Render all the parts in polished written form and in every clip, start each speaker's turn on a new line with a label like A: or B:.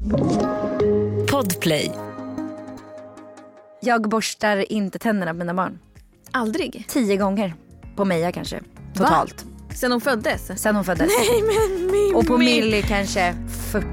A: Podplay.
B: Jag borstar inte tänderna på mina barn.
C: Aldrig?
B: 10 gånger. På Meja kanske. Totalt.
C: Va? Sen hon föddes?
B: Nej men Mimmi. Och på Millie kanske 40.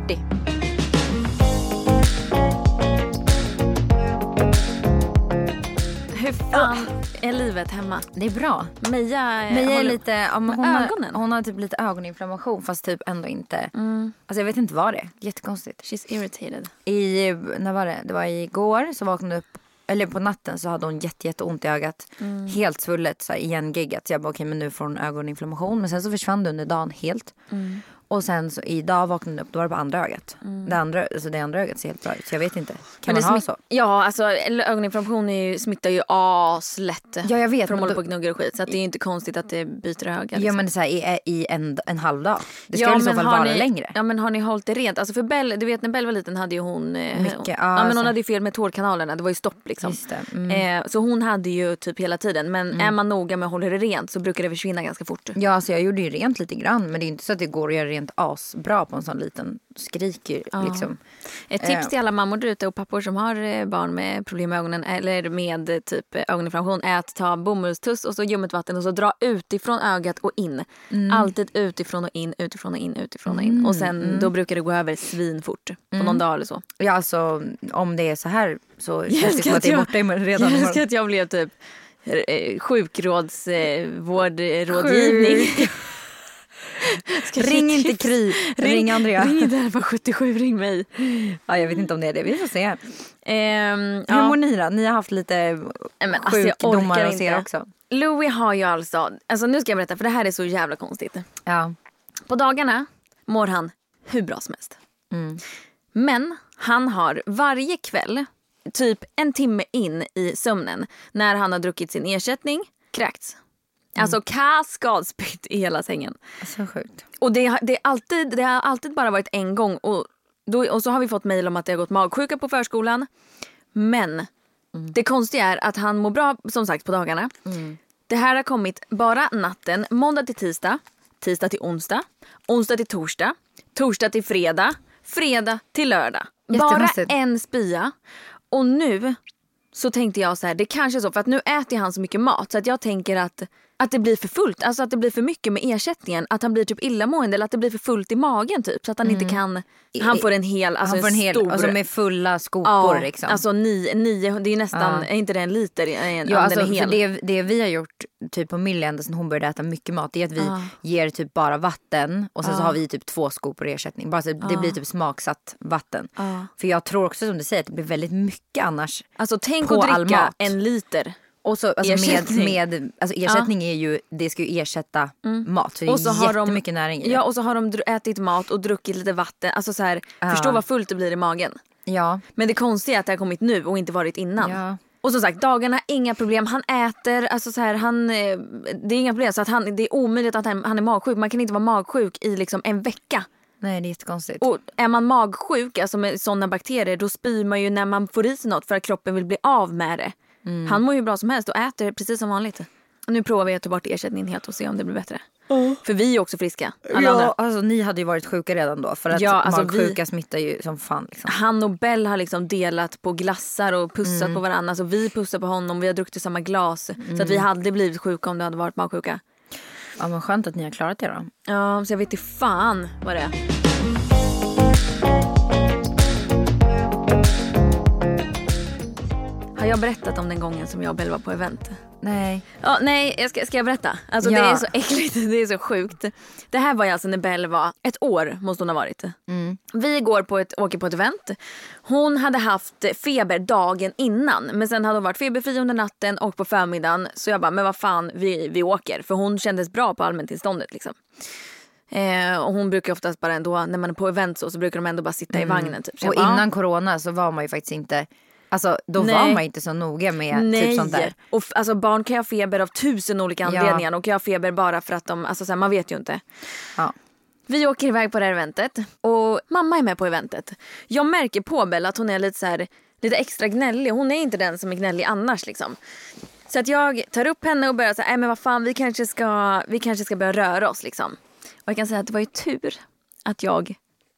C: Hur fan är livet hemma?
B: Det är bra.
C: Meja
B: är lite... Ja, men hon har typ lite ögoninflammation fast typ ändå inte... Alltså jag vet inte vad det är. Jättekonstigt.
C: She's irritated.
B: När var det? Det var igår så vaknade upp... Eller på natten så hade hon jätteont i ögat. Helt svullet, så här, igengiggat. Så jag bara okej, men nu får hon ögoninflammation. Men sen så försvann det under dagen helt. Och sen så idag vaknade hon upp, då var det på andra ögat. Det andra ögat ser helt bra ut. Så jag vet inte. Kan man ha så?
C: Ja, alltså ögoninflammation smittar ju aslätt.
B: Ja, jag vet.
C: För de håller på och gnuggar och skit. Så att det är inte konstigt att det byter öga. Liksom.
B: Ja, men det är så här, i en halv dag. Det ska i så fall vara längre.
C: Ja, men har ni hållit det rent? Alltså för Bell, du vet när Bell var liten hade ju hon...
B: mycket.
C: Men hon hade ju fel med tårkanalerna. Det var ju stopp liksom.
B: Just det.
C: Så hon hade ju typ hela tiden. Men är man noga med att hålla det rent så brukar det försvinna ganska fort.
B: Ja, alltså jag gjorde ju rent lite grann. Men det är inte så att det går att göra rent asbra på en sån liten skriker liksom.
C: Ett tips till alla mammor där ute och pappor som har barn med problem med ögonen eller med typ ögoninflammation är att ta bomullstuss och så ljummet vatten och så dra utifrån ögat och in. Alltid utifrån och in, utifrån och in, utifrån och in. Och sen då brukar det gå över svinfort på någon dag eller så.
B: Ja, alltså om det är så här så känns det som att det är borta redan.
C: Jag ska att jag blev typ sjukvårdsvårdrådgivning.
B: Ring inte Kry, ring Andrea.
C: Ring inte 1177, ring mig.
B: Ja, jag vet inte om det är det, vi får se. Hur mår ni då? Ni har haft lite sjukdomar hos er också.
C: Louis har ju alltså nu ska jag berätta för det här är så jävla konstigt.
B: Ja.
C: På dagarna mår han hur bra som helst. Men han har varje kväll typ en timme in i sömnen när han har druckit sin ersättning kräkts. Alltså kaskadspytt i hela sängen.
B: Så sjukt.
C: Och det har alltid bara varit en gång. Och så har vi fått mejl om att det har gått magsjuka på förskolan. Men det konstiga är att han mår bra som sagt på dagarna. Det här har kommit bara natten. Måndag till tisdag. Tisdag till onsdag. Onsdag till torsdag. Torsdag till fredag. Fredag till lördag. Bara en spya. Och nu så tänkte jag så här, det kanske är så. För att nu äter han så mycket mat. Så att jag tänker att det blir för fullt. Alltså att det blir för mycket med ersättningen. Att han blir typ illamående. Eller att det blir för fullt i magen typ. Så att han inte kan... Han får en hel, alltså
B: han får en hel,
C: stor...
B: Alltså med fulla skopor liksom.
C: Alltså 9, det är nästan... Är inte det en liter?
B: Ja, alltså för det vi har gjort typ på Millie ända sen hon började äta mycket mat. Det är att vi ger typ bara vatten. Och sen så har vi typ 2 skopor ersättning. Bara så det blir typ smaksatt vatten. För jag tror också som du säger att det blir väldigt mycket annars.
C: Alltså tänk att dricka en liter.
B: Och så alltså ersättning är ju, det ska ju ersätta mat. Så det är och så jättemycket näring i det.
C: Ja, och så har de ätit mat och druckit lite vatten. Alltså så här, förstå vad fullt det blir i magen.
B: Ja.
C: Men det konstiga är att det har kommit nu och inte varit innan. Ja. Och som sagt, dagarna, inga problem. Han äter, alltså så här, det är inga problem. Så att det är omöjligt att han är magsjuk. Man kan inte vara magsjuk i liksom en vecka.
B: Nej, det är jättekonstigt.
C: Och är man magsjuk, alltså med sådana bakterier, då spyr man ju när man får i sig något för att kroppen vill bli av med det. Han mår ju bra som helst och äter precis som vanligt. Nu provar vi att ta bort ersättningen helt och se om det blir bättre. För vi är också friska.
B: Ja, alltså ni hade ju varit sjuka redan då. För att magsjuka smittar ju som fan liksom.
C: Han och Bell har liksom delat på glassar och pussat på varandra. Alltså vi pussar på honom, vi har druckit samma glas. Så att vi hade blivit sjuka om det hade varit magsjuka.
B: Ja, men skönt att ni har klarat det då.
C: Ja, så jag vet inte fan vad det är. Har jag berättat om den gången som jag och Bell var på event?
B: Nej.
C: Ja, nej, ska jag berätta? Alltså det är så äckligt, det är så sjukt. Det här var ju alltså när Bell var 1 år, måste hon ha varit. Vi åker på ett event. Hon hade haft feber dagen innan. Men sen hade hon varit feberfri under natten och på förmiddagen. Så jag bara, men vad fan, vi åker. För hon kändes bra på allmäntillståndet liksom. Och hon brukar oftast bara ändå, när man är på event så brukar de ändå bara sitta i vagnen typ.
B: Och innan corona så var man ju faktiskt inte... Alltså då var man inte så noga med typ sånt där.
C: Och alltså barn kan ha feber av 1000 olika anledningar. Och kan ha feber bara för att de, alltså så här, man vet ju inte. Ja. Vi åker iväg på det här eventet. Och mamma är med på eventet. Jag märker på Bella att hon är lite så här, lite extra gnällig. Hon är inte den som är gnällig annars liksom. Så att jag tar upp henne och börjar säga, men vad fan, vi kanske ska börja röra oss liksom. Och jag kan säga att det var ju tur att jag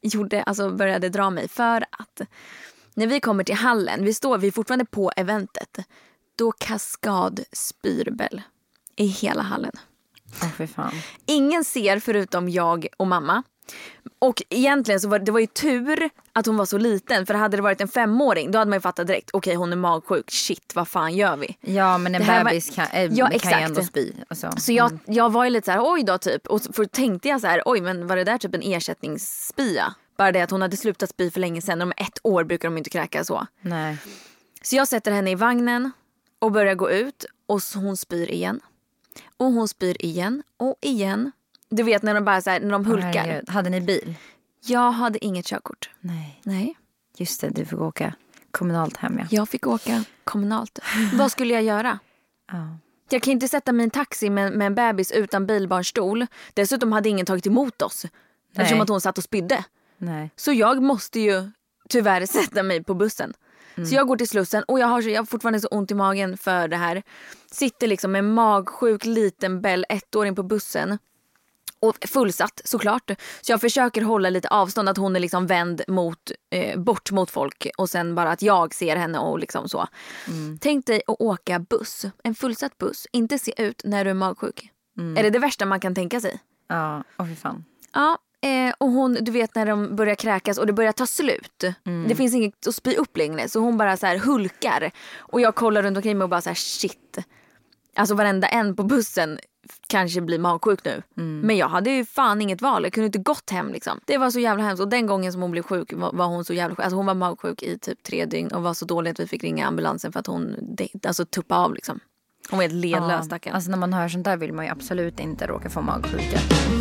C: började dra mig. För att när vi kommer till hallen, vi är fortfarande på eventet. Då kaskadspyr Bell i hela hallen.
B: För fan.
C: Ingen ser förutom jag och mamma. Och egentligen så var ju tur att hon var så liten. För hade det varit en 5-åring, då hade man ju fattat direkt. Okej, hon är magsjuk, shit, vad fan gör vi?
B: Ja, men en bebis kan ju ändå spy.
C: Så jag var ju lite så här, oj då typ. Och för tänkte jag så här, oj, men var det där typ en ersättningsspya? Bara det att hon hade slutat spy för länge sedan. Om 1 år brukar de inte kräka så.
B: Nej.
C: Så jag sätter henne i vagnen och börjar gå ut. Och hon spyr igen. Och hon spyr igen och igen. Du vet när de bara så här, när de hulkar.
B: Herregud. Hade ni bil?
C: Jag hade inget körkort. Nej.
B: Just det, du fick åka kommunalt hem. Ja.
C: Jag fick åka kommunalt. Vad skulle jag göra? Jag kan inte sätta mig i en taxi med en bebis utan bilbarnstol. Dessutom hade ingen tagit emot oss. Eftersom att hon satt och spydde.
B: Nej.
C: Så jag måste ju tyvärr sätta mig på bussen. Så jag går till Slussen och jag har fortfarande så ont i magen för det här. Sitter liksom med magsjuk liten Bell, 1-åring på bussen. Och fullsatt såklart. Så jag försöker hålla lite avstånd, att hon är liksom vänd bort mot folk. Och sen bara att jag ser henne och liksom så. Tänk dig att åka buss, en fullsatt buss, inte se ut när du är magsjuk. Är det värsta man kan tänka sig?
B: Ja, fy fan.
C: Ja, och hon, du vet när de börjar kräkas och det börjar ta slut. Det finns inget att spy upp längre. Så hon bara så här hulkar. Och jag kollar runt omkring mig och bara så här, shit. Alltså varenda en på bussen kanske blir magsjuk nu. Men jag hade ju fan inget val. Jag kunde inte gått hem liksom. Det var så jävla hemskt. Och den gången som hon blev sjuk var hon så jävla sjuk. Alltså hon var magsjuk i typ 3 dygn. Och var så dålig att vi fick ringa ambulansen för att hon tuppade av liksom. Hon var helt ledlös, stackaren.
B: Alltså när man hör sånt där vill man ju absolut inte råka få magsjuka.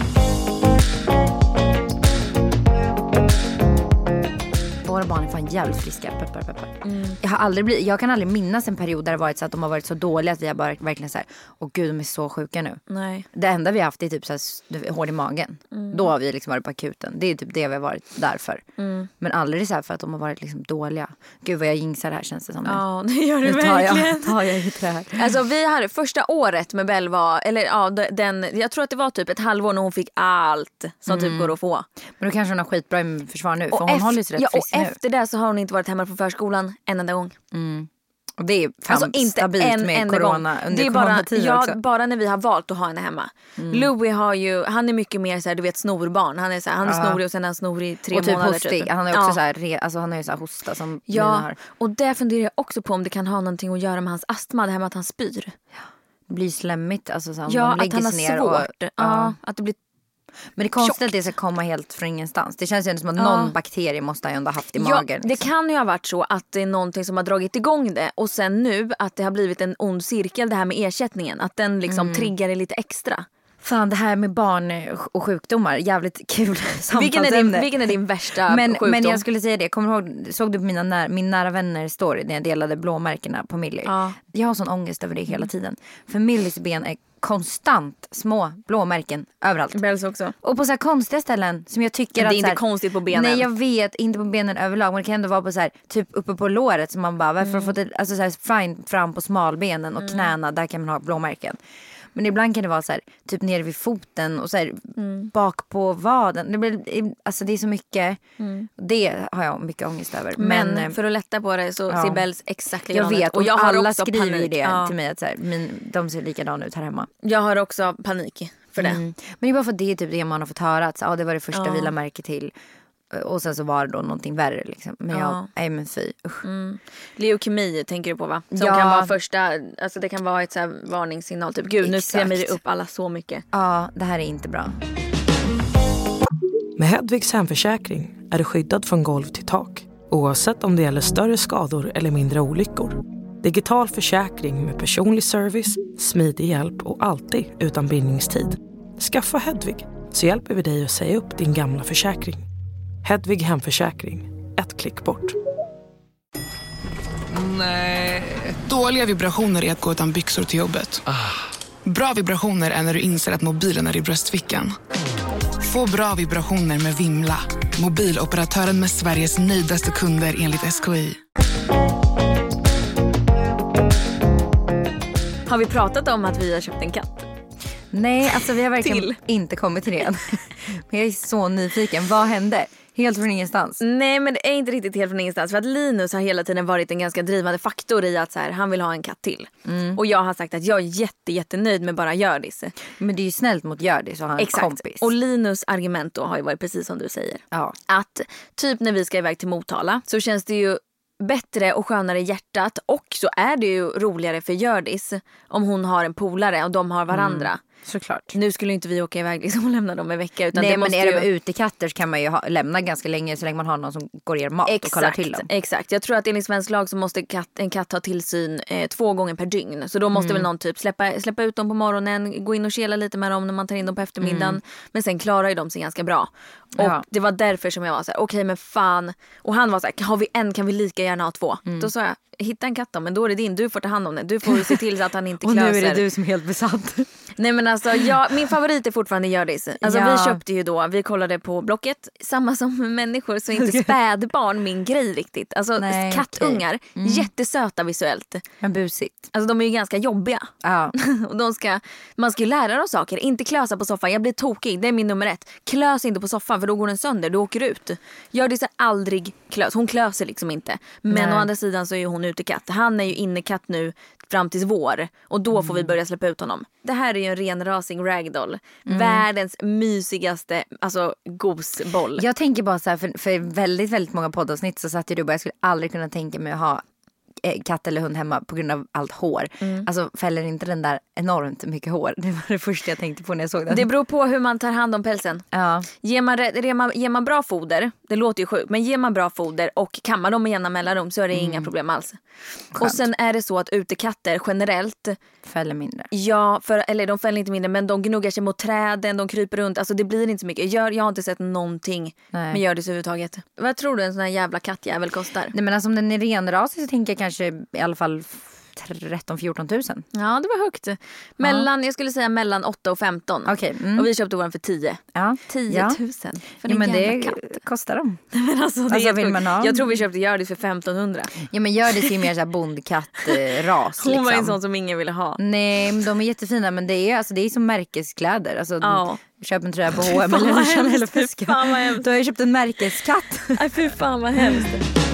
B: Våra barn är fan jävligt friska. Peppar. Jag kan aldrig minnas en period där det varit så att de har varit så dåliga att vi har bara verkligen så här, åh gud, de är så sjuka nu.
C: Nej.
B: Det enda vi har haft är typ så här hård i magen. Då har vi liksom varit på akuten. Det är typ det vi har varit därför. Men aldrig så här för att de har varit liksom dåliga. Gud vad jag jinxar det här, känns det som.
C: Ja, det gör du verkligen.
B: Tar jag i det här.
C: Alltså vi hade första året med Bell jag tror att det var typ ett halvår när hon fick allt som typ går att få.
B: Men då kanske hon har skitbra i försvar nu, för hon håller sig rätt frisk nu.
C: Och efter det så har hon inte varit hemma på förskolan en enda gång.
B: Och det är fan inte stabilt med corona gång. Under coronatider också.
C: Bara när vi har valt att ha henne hemma. Louis han är mycket mer så här, du vet, snorbarn. Han är snorig och sen är han snorig i 3 månader.
B: Hostig. Typ. Han är också så här, han har ju så här hosta som mina har.
C: Och där funderar jag också på om det kan ha någonting att göra med hans astma, det här med att han spyr.
B: Det blir slemmigt, alltså så
C: att han har svårt. Att det blir.
B: Men det är konstigt att det ska komma helt från ingenstans. Det känns ju som att någon bakterie måste ha ändå haft i magen.
C: Liksom. Det kan ju ha varit så att det är någonting som har dragit igång det. Och sen nu att det har blivit en ond cirkel, det här med ersättningen. Att den liksom triggar det lite extra.
B: Fan, det här med barn och sjukdomar, jävligt kul samtalsämne.
C: Vilken är din värsta sjukdom?
B: Men jag skulle säga det, kommer du ihåg, såg du på min nära vänner story när jag delade blåmärkena på Millie? Ja. Jag har sån ångest över det hela tiden. För Millies ben är konstant små blåmärken överallt.
C: Bells också.
B: Och på så här konstiga ställen som jag tycker att
C: det är
B: inte
C: inte konstigt på benen.
B: Nej, jag vet, inte på benen överlag, men det kan ändå vara på så här, typ uppe på låret som man bara, varför har fått det, alltså så här fram på smalbenen och knäna, där kan man ha blåmärken. Men ibland kan det vara så här, typ nere vid foten och så här, bak på vaden. Det är så mycket. Det har jag mycket ångest över.
C: Men för att lätta på det så ser Bells exakt likadant ut.
B: Jag vet, och jag har alla skriver ju det till mig att så här, de ser likadana ut här hemma.
C: Jag har också panik för det.
B: Men det är bara för det är typ det man har fått höra. Att det var det första vi la märke till. Och sen så var det då någonting värre liksom. Men men fy.
C: Leukemi tänker du på, va? Som kan vara första, alltså det kan vara ett så här varningssignal typ, gud, nu skrämmer det upp alla så mycket.
B: Ja, det här är inte bra.
A: Med Hedvigs hemförsäkring är du skyddad från golv till tak, oavsett om det gäller större skador eller mindre olyckor. Digital försäkring med personlig service, smidig hjälp och alltid utan bindningstid. Skaffa Hedvig, så hjälper vi dig att säga upp din gamla försäkring. Hedvig hemförsäkring. 1 klick bort.
D: Nej. Dåliga vibrationer är att gå utan byxor till jobbet. Bra vibrationer är när du inser att mobilen är i bröstfickan. Få bra vibrationer med Vimla. Mobiloperatören med Sveriges nöjdaste kunder enligt SKI.
C: Har vi pratat om att vi har köpt en katt?
B: Nej, alltså vi har verkligen inte kommit till det än. Men jag är så nyfiken. Vad hände? Helt från ingenstans.
C: Nej, men det är inte riktigt helt från ingenstans. För att Linus har hela tiden varit en ganska drivande faktor i att så här, han vill ha en katt till. Och jag har sagt att jag är jättenöjd med bara Hjördis.
B: Men det är ju snällt mot Hjördis och ha en kompis.
C: Och Linus argument då har ju varit precis som du säger.
B: Ja.
C: Att typ när vi ska iväg till Motala så känns det ju bättre och skönare i hjärtat. Och så är det ju roligare för Hjördis om hon har en polare och de har varandra.
B: Såklart.
C: Nu skulle inte vi åka iväg liksom och lämna dem en vecka. Utan
B: Nej,
C: det
B: men
C: måste
B: är de utekatter så kan man ju lämna ganska länge så länge man har någon som går igenom mat och kollar till dem.
C: Exakt. Jag tror att enligt svensk lag så måste en katt ha tillsyn 2 gånger per dygn. Så då måste väl någon typ släppa ut dem på morgonen, gå in och kela lite med dem när man tar in dem på eftermiddagen. Men sen klarar ju de sig ganska bra. Och det var därför som jag var så här: okej, men fan. Och han var så här: har vi en kan vi lika gärna ha 2. Då sa jag: hitta en katt då, men då är det din, du får ta hand om den. Du får se till så att han inte klöser.
B: Och nu är det du som är helt besatt.
C: Nej, men alltså min favorit är fortfarande Hjördis. Alltså vi köpte ju då, vi kollade på Blocket. Samma som människor så är inte spädbarn min grej riktigt. Alltså kattungar, jättesöta visuellt.
B: Men busigt.
C: Alltså de är ju ganska jobbiga.
B: Ja.
C: Och man ska ju lära dem saker. Inte klösa på soffan, jag blir tokig, det är min nummer 1. Klös inte på soffan för då går den sönder, du åker ut. Hjördis är aldrig klös, hon klöser liksom inte. Men å andra sidan så är ju hon utekatt. Han är ju innekatt nu fram tills vår. Och då får vi börja släppa ut honom. Det här är ju en ren rasing ragdoll. Världens mysigaste gosboll.
B: Jag tänker bara så här, för väldigt, väldigt många poddavsnitt så satt ju du bara, jag skulle aldrig kunna tänka mig att ha katt eller hund hemma på grund av allt hår. Alltså fäller inte den där enormt mycket hår? Det var det första jag tänkte på när jag såg den.
C: Det beror på hur man tar hand om pälsen.
B: Ja.
C: Ger man bra foder, det låter ju sjukt, men ger man bra foder och kammar dem med jämna mellanrum så är det inga problem alls. Skönt. Och sen är det så att utekatter generellt
B: fäller mindre.
C: Ja, eller de fäller inte mindre, men de gnuggar sig mot träden, de kryper runt. Alltså det blir inte så mycket. Jag har inte sett någonting med Hjördis överhuvudtaget. Vad tror du en sån här jävla kattjävel kostar?
B: Nej, men alltså om den är renrasig så tänker jag kanske i alla fall 13-14 tusen.
C: Ja, det var högt. Jag skulle säga mellan 8 och 15.
B: Okay.
C: Och vi köpte våran för 10.
B: Ja.
C: 10 000 för
B: men det kostar dem.
C: Men alltså, det
B: vill man ha.
C: Jag tror vi köpte Hjördis för 1500.
B: Ja, men Hjördis är mer så här bondkatt-ras.
C: Hon var en sån som ingen ville ha.
B: Nej, men de är jättefina, men det är som märkeskläder. Alltså, köp en tröja på H&M eller Fiska. Då har jag köpt en märkeskatt.
C: Aj, fy fan vad hemskt.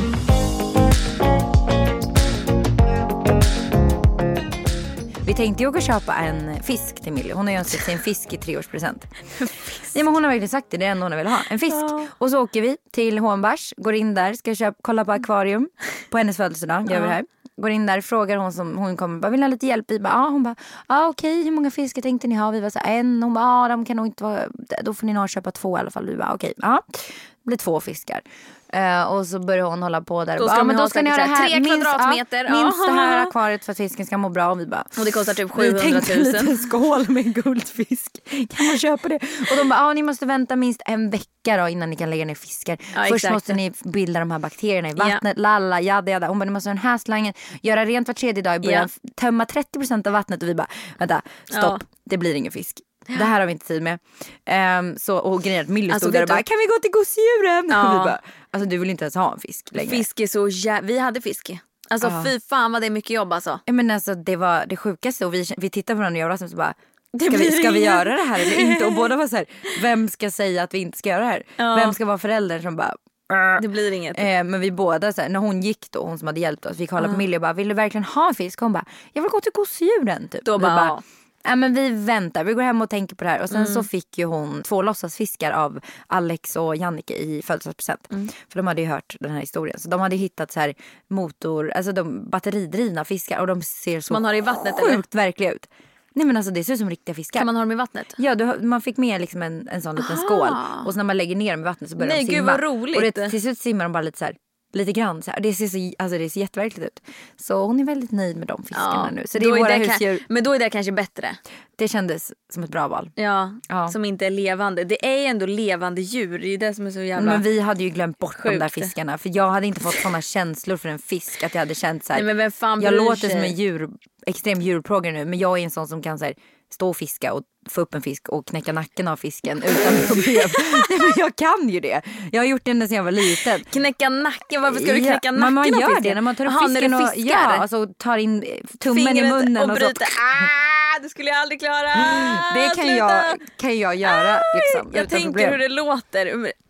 B: Vi tänkte ju åka och köpa en fisk till Millie. Hon har ju önskat sig en fisk i 3-årspresent. Nej, men hon har verkligen sagt det. Det är ändå hon vill ha. En fisk. Och så åker vi till H&Bars. Går in där. Ska kolla på akvarium. På hennes födelsedag. Gör vi det här. Går in där. Frågar hon som hon kommer. Bara, vill ha lite hjälp? Vi bara, hon bara, okej. Hur många fiskar tänkte ni ha? Vi var så här, en. Hon bara, de kan nog inte vara. Då får ni nog köpa 2 i alla fall. Vi bara, okej. Det blir 2 fiskar. Och så börjar hon hålla på där.
C: Då ska ni ha det här 3 kvadratmeter.
B: Minst det här akvariet för att fisken ska må bra. Och vi bara,
C: och det kostar typ 700 000.
B: En liten skål med guldfisk. Kan man köpa det? Och de bara, ni måste vänta minst en vecka då, innan ni kan lägga ner fiskar. Först måste ni bilda de här bakterierna i vattnet. Lalla, jada. Hon bara, ni måste ha den här slangen. Göra rent var 3:e dag i början. Tömma 30% av vattnet. Och vi bara, vänta, stopp. Det blir ingen fisk. Det här har vi inte tid med. Och grejen att Millie stod där och bara, kan vi gå till gosedjuren? Och vi bara, alltså du vill inte ens ha en fisk längre.
C: Fisk är så vi hade fisk. Alltså fy fan vad det är mycket jobb alltså.
B: Men alltså det var det sjukaste. Och vi tittade på varandra och jag så bara, ska vi göra det här eller inte? Och båda var så här, vem ska säga att vi inte ska göra det här? Vem ska vara förälder som bara,
C: det blir inget.
B: Men vi båda så här, när hon gick då, hon som hade hjälpt oss, vi kollade på Millie och bara, vill du verkligen ha en fisk? Hon bara, jag vill gå till gosedjuren typ.
C: Då bara
B: men vi väntar, vi går hem och tänker på det här. Och sen så fick ju hon 2 låtsasfiskar av Alex och Jannike i födelsedagspresent. För de hade ju hört den här historien. Så de hade hittat så här alltså de batteridrivna fiskar. Och de ser så
C: man har i vattnet,
B: sjukt verkliga ut. Nej, men alltså det ser ut som riktiga fiskar.
C: Kan man ha dem i vattnet?
B: Ja, man fick med liksom en sån liten skål. Och så när man lägger ner dem i vattnet så börjar de simma.
C: Gud vad roligt.
B: Och till slut simmar de bara lite så här, lite grann så här. Det ser jätteverkligt ut. Så hon är väldigt nöjd med de fiskarna nu. Så det är våra husdjur.
C: Men då är det kanske bättre.
B: Det kändes som ett bra val.
C: Ja, som inte är levande. Det är ändå levande djur. Det är det som är så jävla
B: Men vi hade ju glömt bort de där fiskarna. För jag hade inte fått såna känslor för en fisk. Att jag hade känt så här.
C: Nej, men vem fan
B: jag låter som en extrem djurplågare nu. Men jag är en sån som kan så här, stå och fiska och få upp en fisk och knäcka nacken av fisken utan problem. Nej, men jag kan ju det. Jag har gjort det när jag var liten.
C: Knäcka nacken? Varför ska du knäcka nacken
B: av fisken? Man gör det
C: när
B: man tar upp fisken och alltså, tar in tummen fingret i munnen och
C: bryter. Det skulle jag aldrig klara.
B: Det kan jag göra liksom,
C: jag tänker hur det låter.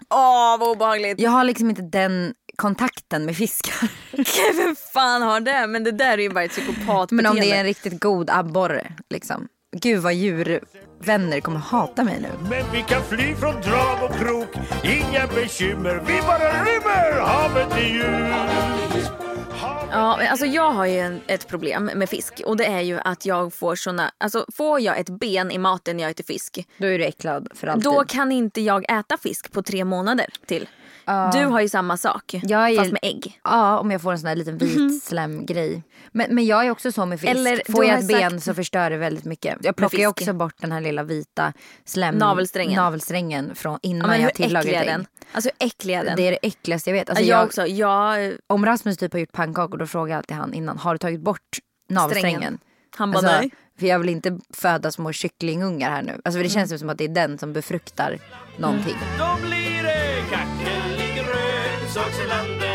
C: vad obehagligt.
B: Jag har liksom inte den kontakten med fiskar.
C: Vem fan har det? Men det där är ju bara ett psykopatbeteende.
B: Men om det är en riktigt god abborre liksom. Gud vad djurvänner kommer hata mig nu.
E: Men vi kan fly från drag och krok, inga bekymmer, vi bara rymmer, havet är ljus.
C: Ja, alltså jag har ju ett problem med fisk. Och det är ju att jag får får jag ett ben i maten när jag äter fisk,
B: då är du äcklad för alltid.
C: Då kan inte jag äta fisk på 3 månader till. Du har ju samma sak, fast med ägg.
B: Ja, om jag får en sån här liten vit slemgrej. Men jag är också så med fisk. Eller, får jag ett ben så förstör det väldigt mycket. Jag plockar ju också bort den här lilla vita navelsträngen från innan jag tillagar ägg.
C: Alltså äckliga den.
B: Det är det äckligaste jag vet. Alltså
C: jag också.
B: Om Rasmus typ har gjort pannkakor, då frågar jag alltid han innan: har du tagit bort navelsträngen?
C: Han bara nej.
B: För jag vill inte föda små kycklingungar här nu. Alltså för det känns som att det är den som befruktar någonting.
E: Då blir det kackel i grönsakslandet.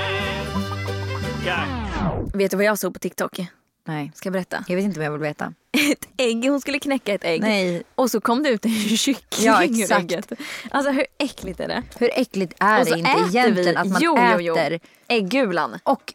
C: Vet du vad jag såg på TikTok?
B: Nej.
C: Ska jag berätta?
B: Jag vet inte vad jag vill veta.
C: Ett ägg, hon skulle knäcka ett ägg.
B: Nej.
C: Och så kom det ut en kyckling.
B: Ja, exakt.
C: Alltså hur äckligt är det?
B: Hur äckligt är det inte egentligen att man äter
C: äggulan
B: och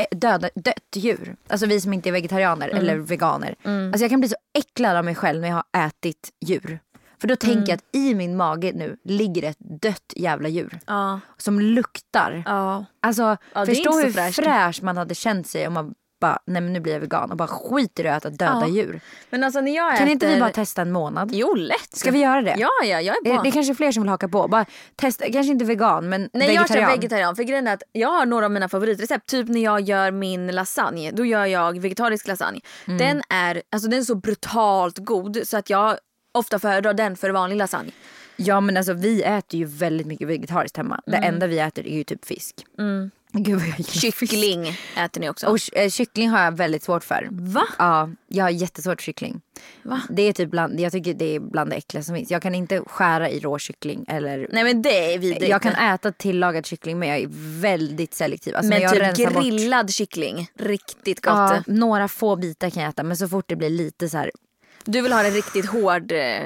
B: dött djur? Alltså vi som inte är vegetarianer eller veganer. Alltså jag kan bli så äcklad av mig själv när jag har ätit djur. För då tänker jag att i min mage nu ligger ett dött jävla djur. Som luktar. Alltså förstå hur fräsch man hade känt sig om man bara, nej men nu blir jag vegan och bara skiter i att äta döda djur.
C: Men alltså när jag
B: kan inte vi bara testa en månad?
C: Jo, lätt.
B: Ska vi göra det?
C: Ja, jag är på.
B: Det är kanske fler som vill haka på. Bara testa, kanske inte vegan, men vegetarian.
C: Nej, jag kör vegetarian. För grejen är att jag har några av mina favoritrecept. Typ när jag gör min lasagne, då gör jag vegetarisk lasagne. Den är så brutalt god så att jag ofta föredrar den för vanlig lasagne.
B: Ja, men alltså vi äter ju väldigt mycket vegetariskt hemma. Det enda vi äter är ju typ fisk. Gud vad jag
C: kyckling äter ni också.
B: Och kyckling har jag väldigt svårt för.
C: Va?
B: Ja, jag har jättesvårt kyckling. Va? Det är typ jag tycker det är bland det äckliga som finns. Jag kan inte skära i rå kyckling eller. Nej, men det är vidrigt. Jag kan äta tillagad kyckling, men jag är väldigt selektiv. Alltså,
C: men
B: jag
C: typ grillad kyckling, riktigt gott.
B: Ja, några få bitar kan jag äta, men så fort det blir lite så här.
C: Du vill ha det riktigt hårt.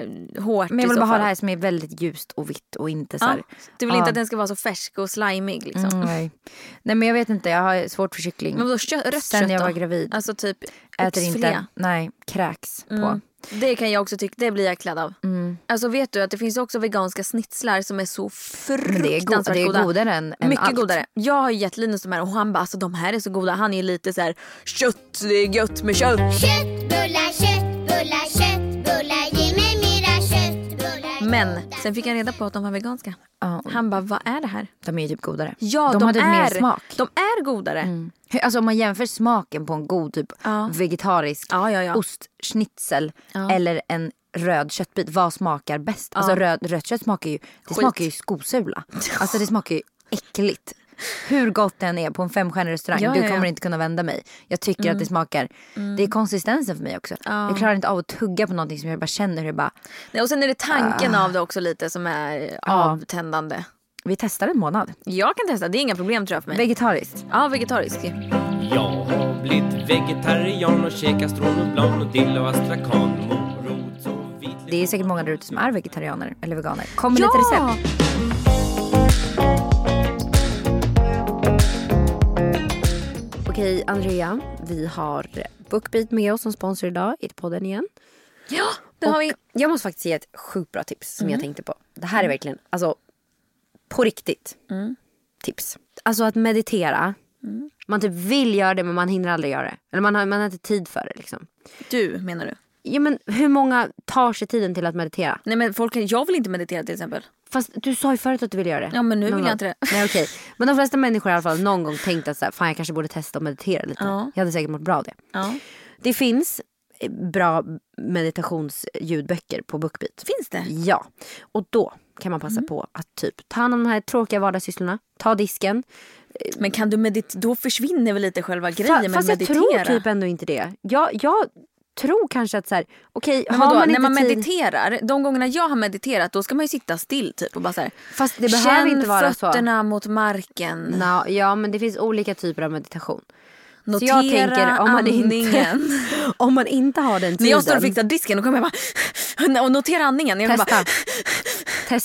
B: Men jag vill bara ha det här som är väldigt ljust och vitt och inte så här.
C: Du vill inte att den ska vara så färsk och slimig liksom.
B: Nej men jag vet inte, jag har svårt för kyckling.
C: Men då rött
B: sen jag var gravid.
C: Alltså typ
B: äter inte, nej, kräks på.
C: Det kan jag också tycka, det blir jag klädd av. Alltså vet du att det finns också veganska snitslar som är så fruktansvärt goda.
B: Det är godare än
C: mycket
B: allt.
C: Godare. Jag har ju gett Linus de här och han bara, alltså de här är så goda. Han är lite så här, kött, det är gött med kött.
F: Köttbullar, köttbullar, köttbullar, ge mig mera köttbullar.
C: Men sen fick jag reda på att de var veganska. Han bara, vad är det här?
B: De är ju typ godare.
C: Ja,
B: de hade mer smak.
C: De är godare.
B: Alltså om man jämför smaken på en god typ vegetarisk ostschnitzel eller en röd köttbit, vad smakar bäst? Alltså rött kött smakar ju, smakar ju skosula. Alltså det smakar ju äckligt. Hur gott den är på en 5-stjärnig restaurang, du kommer inte kunna vända mig. Jag tycker att det smakar, det är konsistensen för mig också. Jag klarar inte av att tugga på någonting som jag bara känner hur det bara.
C: Nej, och sen är det tanken av det också lite som är avtändande.
B: Vi testar en månad.
C: Jag kan testa, det är inga problem tror jag för mig.
B: Vegetariskt?
C: Ja, vegetariskt.
G: Jag har blivit vegetarian och käkar strån och blom och dill och astrakan, morot och vit.
B: Det är säkert många där ute som är vegetarianer eller veganer. Kommer lite recept.
H: Okej, Andrea, vi har BookBeat med oss som sponsor idag i podden igen.
C: Ja, det har vi.
H: Jag måste faktiskt ge ett sjukt bra tips som jag tänkte på. Det här är verkligen, alltså på riktigt tips. Alltså att meditera. Man typ vill göra det men man hinner aldrig göra det. Eller man har inte tid för det liksom.
C: Du, menar du?
H: Ja, men hur många tar sig tiden till att meditera?
C: Nej, men jag vill inte meditera till exempel.
H: Fast du sa ju förut att du ville göra det.
C: Ja, men nu vill jag inte det.
H: Nej, okej. Men de flesta människor i alla fall någon gång tänkt att så här, fan jag kanske borde testa att meditera lite. Jag hade säkert mått bra av det. Det finns bra meditationsljudböcker på BookBeat.
C: Finns det?
H: Ja. Och då kan man passa på att typ ta hand om de här tråkiga vardagssysslorna. Ta disken.
C: Men kan du då försvinner väl lite själva grejen med
H: fast
C: meditera.
H: Fast jag tror typ ändå inte det. Jag tror kanske att så här, okej,
C: men
H: har man
C: när man
H: tid...
C: mediterar, de gångerna jag har mediterat, då ska man ju sitta still typ och bara så här,
H: fast det behöver inte vara så.
C: Känn fötterna mot marken.
H: Ja, men det finns olika typer av meditation.
C: Notera
H: så jag tänker, om man inte har den tiden.
C: När jag står och fixar disken, då kommer jag bara och notera andningen. Jag
H: Testa.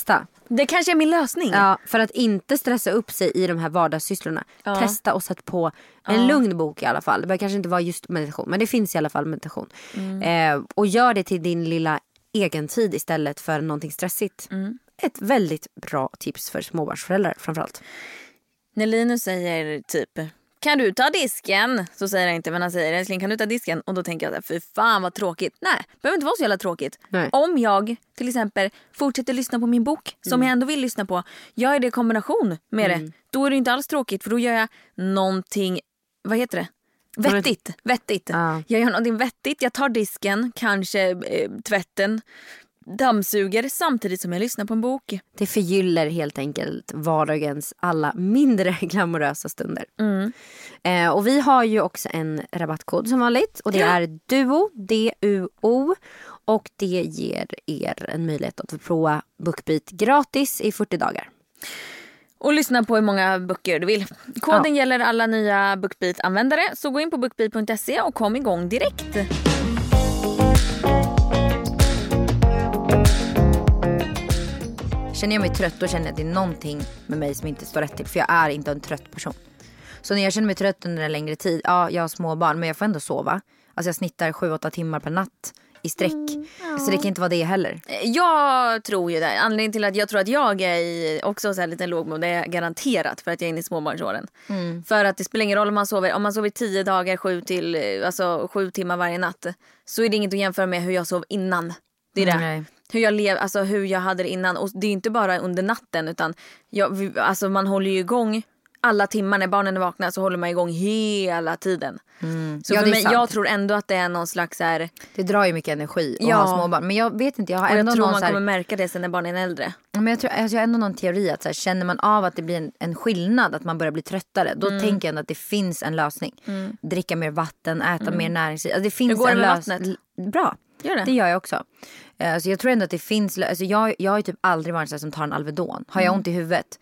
C: Det kanske är min lösning.
H: Ja, för att inte stressa upp sig i de här vardagssysslorna. Testa och sätt på en lugn bok i alla fall. Det behöver kanske inte vara just meditation, men det finns i alla fall meditation. Och gör det till din lilla egen tid istället för någonting stressigt. Ett väldigt bra tips för småbarnsföräldrar framförallt.
C: När Linus säger typ, kan du ta disken? Så säger han inte, men han säger, älskling, kan du ta disken? Och då tänker jag, fy fan vad tråkigt. Nej, det behöver inte vara så jävla tråkigt.
H: Nej.
C: Om jag till exempel fortsätter lyssna på min bok, som jag ändå vill lyssna på, gör det i kombination med det, då är det inte alls tråkigt. För då gör jag någonting, vad heter det? Vettigt. Jag gör någonting vettigt, jag tar disken, kanske tvätten, dammsuger samtidigt som jag lyssnar på en bok.
H: Det förgyller helt enkelt vardagens alla mindre glamorösa stunder. Och vi har ju också en rabattkod som vanligt. Och det är DUO, D-U-O. Och det ger er en möjlighet att få prova BookBeat gratis i 40 dagar.
C: Och lyssna på hur många böcker du vill. Koden gäller alla nya BookBeat-användare. Så gå in på bookbeat.se och kom igång direkt.
B: Känner jag mig trött, då känner jag att det är någonting med mig som inte står rätt till. För jag är inte en trött person. Så när jag känner mig trött under en längre tid, jag har små barn, men jag får ändå sova. Alltså jag snittar 7-8 timmar per natt i sträck. Så det kan inte vara det heller.
C: Jag tror ju det. Anledningen till att jag tror att jag är i också så här lite lågmod, det är garanterat för att jag är inne i småbarnsåren. För att det spelar ingen roll om man sover 10 dagar 7 timmar varje natt, så är det inget att jämföra med hur jag sov innan. Det är det.
B: Nej.
C: Hur jag hur jag hade det innan. Och det är inte bara under natten, utan man håller ju igång alla timmar när barnen är vakna, så håller man igång hela tiden. Så för mig, jag tror ändå att det är någon slags här...
B: Det drar ju mycket energi att ha småbarn. Men jag vet inte, jag har ändå
C: tror
B: någon
C: man kommer märka det sen när barnen är äldre.
B: Men jag har ändå någon teori att så här, känner man av att det blir en skillnad, att man börjar bli tröttare, då tänker jag ändå att det finns en lösning. Dricka mer vatten, äta mer näringsrik. Alltså det finns en lösning. Bra. Det gör jag också. Alltså jag tror ändå att det finns, alltså jag har typ aldrig varit så här som tar en Alvedon. Har jag ont i huvudet,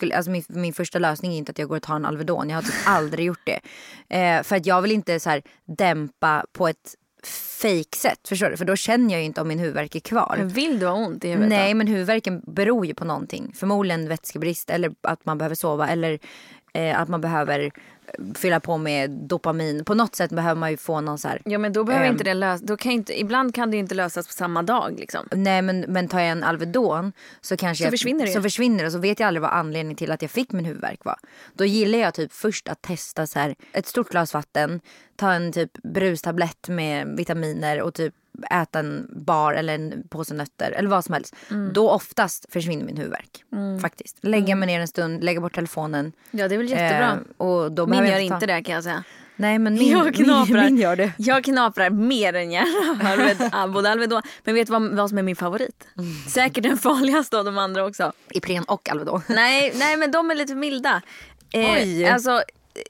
B: min första lösning är inte att jag går och tar en Alvedon. Jag har typ aldrig gjort det. För att jag vill inte så här dämpa på ett fake sätt, förstår du? För då känner jag ju inte om min huvudvärk är kvar.
C: Men vill du ha ont i huvudet?
B: Nej, men huvudvärken beror ju på någonting. Förmodligen vätskebrist, eller att man behöver sova, eller att man behöver fylla på med dopamin. På något sätt behöver man ju få någon så här...
C: Ja, men då behöver inte det lösas. Ibland kan det ju inte lösas på samma dag liksom.
B: Nej, men tar jag en Alvedon så kanske
C: försvinner det.
B: Så försvinner det, så vet jag aldrig vad anledningen till att jag fick min huvudvärk var. Då gillar jag typ först att testa så här ett stort glas vatten, ta en typ brustablett med vitaminer och typ äta en bar eller en påse nötter eller vad som helst. Då oftast försvinner min huvudvärk. Faktiskt. Lägga mig ner en stund, lägga bort telefonen.
C: Ja, det är väl jättebra.
B: Och då
C: min gör inte det, kan jag säga.
B: Nej, men min gör det.
C: Jag knaprar mer än gärna både Alvedon. Men vet du vad som är min favorit? Säkert den farligaste av de andra också.
B: Ipren och Alvedon.
C: Nej, men de är lite milda. Alltså,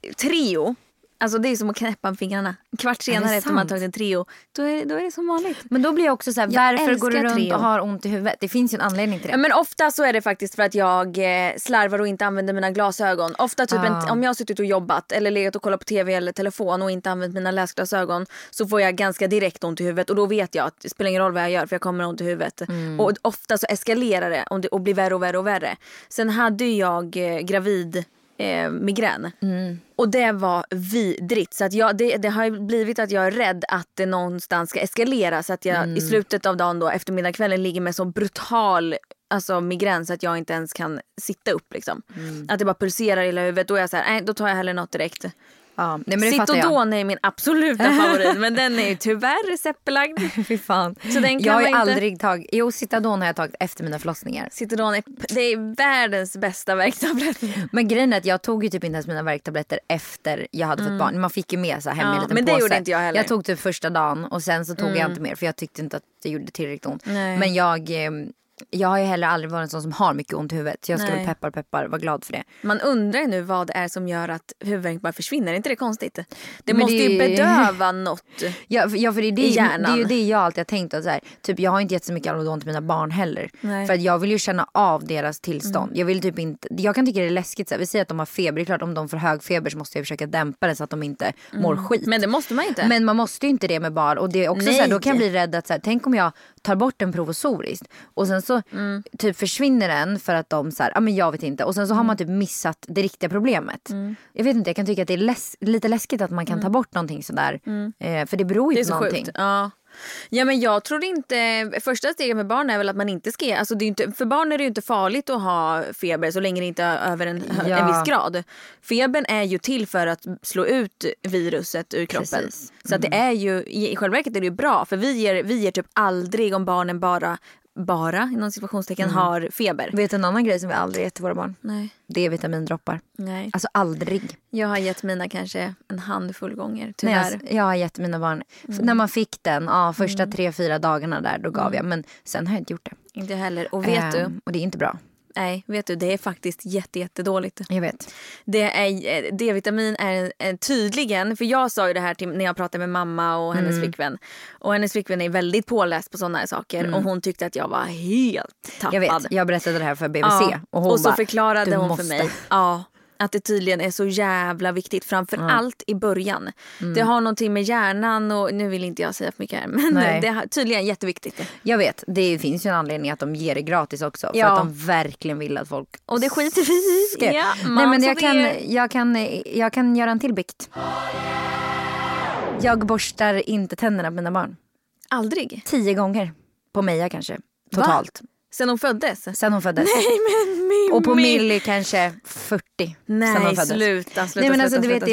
C: Trio. Alltså det är som att knäppa fingrarna. Kvart senare efter man tagit en Trio, då är det som vanligt.
B: Men då blir jag också så här, varför går du runt och har ont i huvudet? Det finns ju en anledning till det.
C: Ja, men ofta så är det faktiskt för att jag slarvar och inte använder mina glasögon. Ofta typ om jag har suttit och jobbat eller legat och kollat på tv eller telefon och inte använt mina läsglasögon, så får jag ganska direkt ont i huvudet. Och då vet jag att det spelar ingen roll vad jag gör, för jag kommer ont i huvudet. Och ofta så eskalerar det och blir värre och värre och värre. Sen hade jag gravid migrän. Och det var vidrigt. Så att det har blivit att jag är rädd att det någonstans ska eskalera. Så att jag i slutet av dagen då, eftermiddagskvällen, ligger med så brutal migrän så att jag inte ens kan sitta upp liksom. Att det bara pulserar i hela huvudet. Då är jag så här, nej, då tar jag hellre något direkt.
B: Ja, nej, men
C: Citodon är min absoluta favorit, men den är ju tyvärr receptbelagd.
B: Fy fan.
C: Så den kan
B: jag har
C: inte...
B: aldrig tagit... Jo, Citodon har jag tagit efter mina förlossningar.
C: Citodon är världens bästa värktablett.
B: Men grejen är att jag tog ju typ inte ens mina värktabletter efter jag hade fått barn. Man fick ju med så här hem i en liten
C: men
B: påse.
C: Det gjorde inte jag heller.
B: Jag tog typ första dagen och sen så tog jag inte mer, för jag tyckte inte att det gjorde tillräckligt ont.
C: Nej.
B: Men jag har ju heller aldrig varit en sån som har mycket ont i huvudet. Så jag ska väl peppar vara glad för det.
C: Man undrar nu vad det är som gör att huvudvärk bara försvinner. Är inte det konstigt? Det måste ju bedöva något
B: ja, för
C: i hjärnan.
B: Det är ju det jag alltid har tänkt. Att så här, typ, jag har inte gett så mycket Alvedon till mina barn heller.
C: Nej.
B: För att jag vill ju känna av deras tillstånd. Jag vill typ inte... Jag kan tycka det är läskigt. Så här, vi säger att de har feber. Det är klart, om de får hög feber så måste jag försöka dämpa det så att de inte mår skit.
C: Men det måste man inte.
B: Men man måste ju inte det med barn. Och det är också så här, då kan jag bli rädd att så här, tänk om jag tar bort den provisoriskt och sen så typ försvinner den för att de så här, men jag vet inte. Och sen så har man typ missat det riktiga problemet. Jag vet inte, jag kan tycka att det är lite läskigt att man kan ta bort någonting sådär. För det beror ju på någonting.
C: Sjukt. Ja, men jag tror inte, första steget med barn är väl att man inte ska, alltså det är inte, för barn är det ju inte farligt att ha feber så länge det inte är över en viss grad. Febern är ju till för att slå ut viruset ur kroppen. Precis. Så att det är ju, i själva verket är det ju bra, för vi ger typ aldrig om barnen bara inom situationstecken har feber.
B: Vet du en annan grej som vi aldrig gett till våra barn?
C: Nej.
B: Det är vitamindroppar.
C: Nej.
B: Alltså aldrig.
C: Jag har gett mina kanske en handfull gånger, tyvärr.
B: Nej, alltså, jag har gett mina barn. När man fick den, första 3-4 dagarna där, då gav jag. Men sen har jag inte gjort det.
C: Inte heller. Och vet du?
B: Och det är inte bra.
C: Nej, vet du, det är faktiskt jättedåligt.
B: Jag vet.
C: D-vitamin är tydligen, för jag sa ju det här när jag pratade med mamma och hennes flickvän. Och hennes flickvän är väldigt påläst på sådana här saker. Och hon tyckte att jag var helt tappad.
B: Jag vet, jag berättade det här för BBC.
C: Ja. Och så
B: bara,
C: förklarade hon för mig. Ja. Att det tydligen är så jävla viktigt. Framförallt i början. Det har någonting med hjärnan. Och nu vill inte jag säga för mycket här. Men det är tydligen jätteviktigt.
B: Jag vet. Det finns ju en anledning att de ger det gratis också. För att de verkligen vill att folk...
C: Och det skiter vi i.
B: Ja, nej, men jag kan göra en till bikt. Jag borstar inte tänderna på mina barn.
C: Aldrig?
B: 10 gånger. På Meja kanske. Totalt.
C: Va? Sen hon föddes?
B: Nej, men
C: Mimmi.
B: Och på Millie kanske 40.
C: Nej, sluta.
B: Nej, men alltså, du vet, det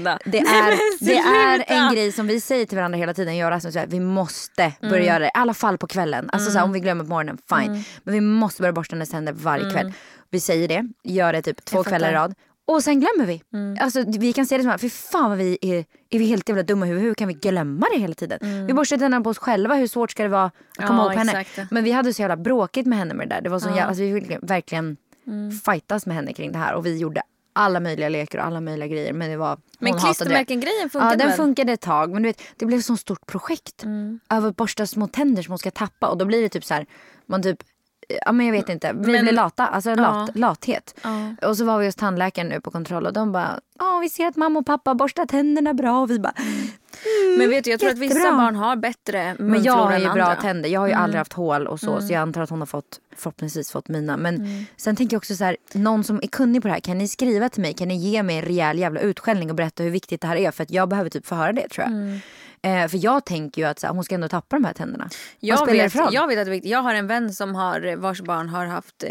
B: är en grej som vi säger till varandra hela tiden. Jag och Rasmus, vi måste börja göra det. I alla fall på kvällen. Alltså så här, om vi glömmer på morgonen, fine. Men vi måste börja borsta hennes tänder varje kväll. Vi säger det, gör det typ 2 kvällar i rad. Och sen glömmer vi. Alltså vi kan se det som att, för fan vad vi är vi helt jävla dumma. Hur kan vi glömma det hela tiden? Vi borstar tänderna på oss själva. Hur svårt ska det vara att komma ihåg på henne? Men vi hade så jävla bråkigt med henne med det där. Det var så jävla, alltså, vi ville verkligen fightas med henne kring det här. Och vi gjorde alla möjliga leker och alla möjliga grejer. Men det var,
C: men klistermärken-grejen funkade
B: väl? Ja, den funkade ett tag. Men du vet, det blev ett sånt stort projekt. Över att borsta små tänder som hon ska tappa. Och då blir det typ så här, man typ... Ja, men jag vet inte, vi blir lata, alltså lathet. Och så var vi hos tandläkaren nu på kontroll och de bara, vi ser att mamma och pappa borstar tänderna bra. Och vi bara,
C: men vet du, jag tror att vissa barn har bättre munflora.
B: Men jag har ju bra
C: andra
B: tänder, jag har ju aldrig haft hål och så. Så jag antar att hon har förhoppningsvis fått mina. Men sen tänker jag också så här, någon som är kunnig på det här, kan ni skriva till mig? Kan ni ge mig en rejäl jävla utskällning och berätta hur viktigt det här är? För att jag behöver typ få höra det, tror jag. För jag tänker ju att så här, hon ska ändå tappa de här tänderna.
C: Jag vet att det är viktigt. Jag har en vän som vars barn har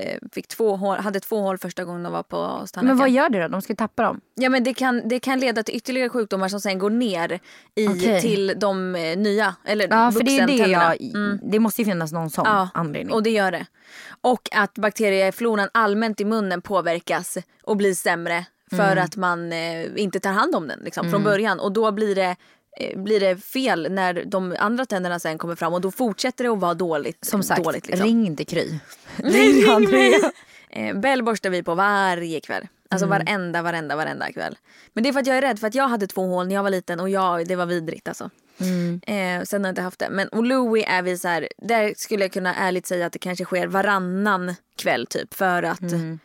C: hade 2 hål första gången de var på tandläkaren.
B: Men vad gör det då? De ska tappa dem?
C: Ja, men det kan leda till ytterligare sjukdomar som sen går ner till de nya eller
B: för det är det det måste ju finnas någon sån anledning.
C: Och det gör det. Och att bakteriefloran allmänt i munnen påverkas och blir sämre för att man inte tar hand om den liksom, från början. Och då blir det fel när de andra tänderna sen kommer fram och då fortsätter det att vara dåligt.
B: Som sagt,
C: dåligt, liksom.
B: Ring inte Kry.
C: Ring mig. Bell borstar vi på varje kväll. Alltså varenda kväll. Men det är för att jag är rädd, för att jag hade 2 hål när jag var liten och det var vidrigt alltså. Sen har jag inte haft det. Men och Louie är vi så här, där skulle jag kunna ärligt säga att det kanske sker varannan kväll typ, för att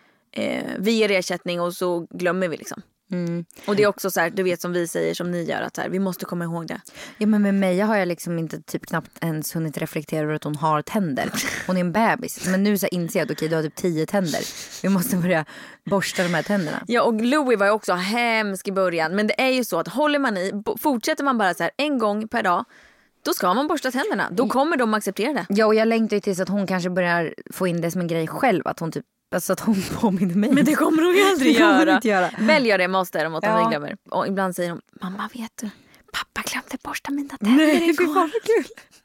C: vi ger ersättning och så glömmer vi liksom. Och det är också så här, du vet, som vi säger, som ni gör, att så här, vi måste komma ihåg det.
B: Ja, men med Meja har jag liksom inte typ knappt ens hunnit reflektera över att hon har tänder. Hon är en bebis. Men nu så inser jag att okej, du har typ 10 tänder. Vi måste börja borsta de här tänderna.
C: Ja, och Louie var ju också hemsk i början. Men det är ju så att håller man fortsätter man bara så här 1 gång per dag, då ska man borsta tänderna. Då kommer de acceptera det.
B: Ja, och jag längtar ju tills att hon kanske börjar få in det som en grej själv. Att hon typ, alltså att hon påminner mig.
C: Men det kommer hon ju aldrig göra.
B: göra.
C: Välj det måste de, att de glömmer. Och ibland säger de, mamma, vet du, pappa glömde borsta mina tänder igår.
B: Vad kul.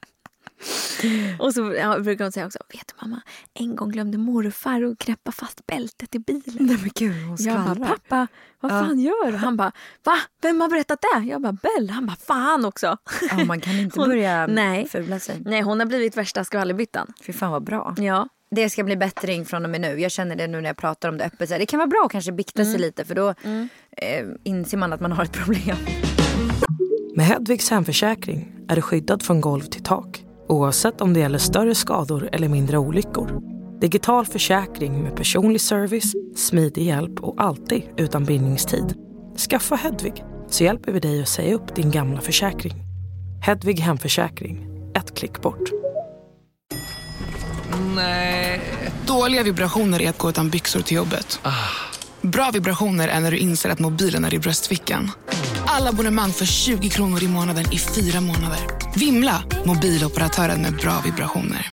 C: Och så brukar hon säga också, vet du mamma, en gång glömde morfar och greppa fast bältet i bilen.
B: Nej, men gud, hon skvallrar.
C: Jag bara, pappa, vad fan gör du? Han bara, va? Vem har berättat det? Jag bara, Bell. Han bara, fan också.
B: Ja, man kan inte börja fula sig.
C: Nej, hon har blivit värsta skvallerbyttan.
B: Fy fan vad bra.
C: Ja.
B: Det ska bli bättring från och med nu. Jag känner det nu när jag pratar om det öppet. Det kan vara bra att kanske bikta sig lite, för då inser man att man har ett problem.
A: Med Hedvigs hemförsäkring är du skyddad från golv till tak, oavsett om det gäller större skador eller mindre olyckor. Digital försäkring med personlig service, smidig hjälp och alltid utan bindningstid. Skaffa Hedvig, så hjälper vi dig att säga upp din gamla försäkring. Hedvig hemförsäkring, ett klick bort.
G: Nej.
D: Dåliga vibrationer är att gå utan byxor till jobbet. Bra vibrationer är när du inser att mobilen är i bröstfickan. Alla abonnemang för 20 kronor i månaden i 4 månader. Vimla, mobiloperatören med bra vibrationer.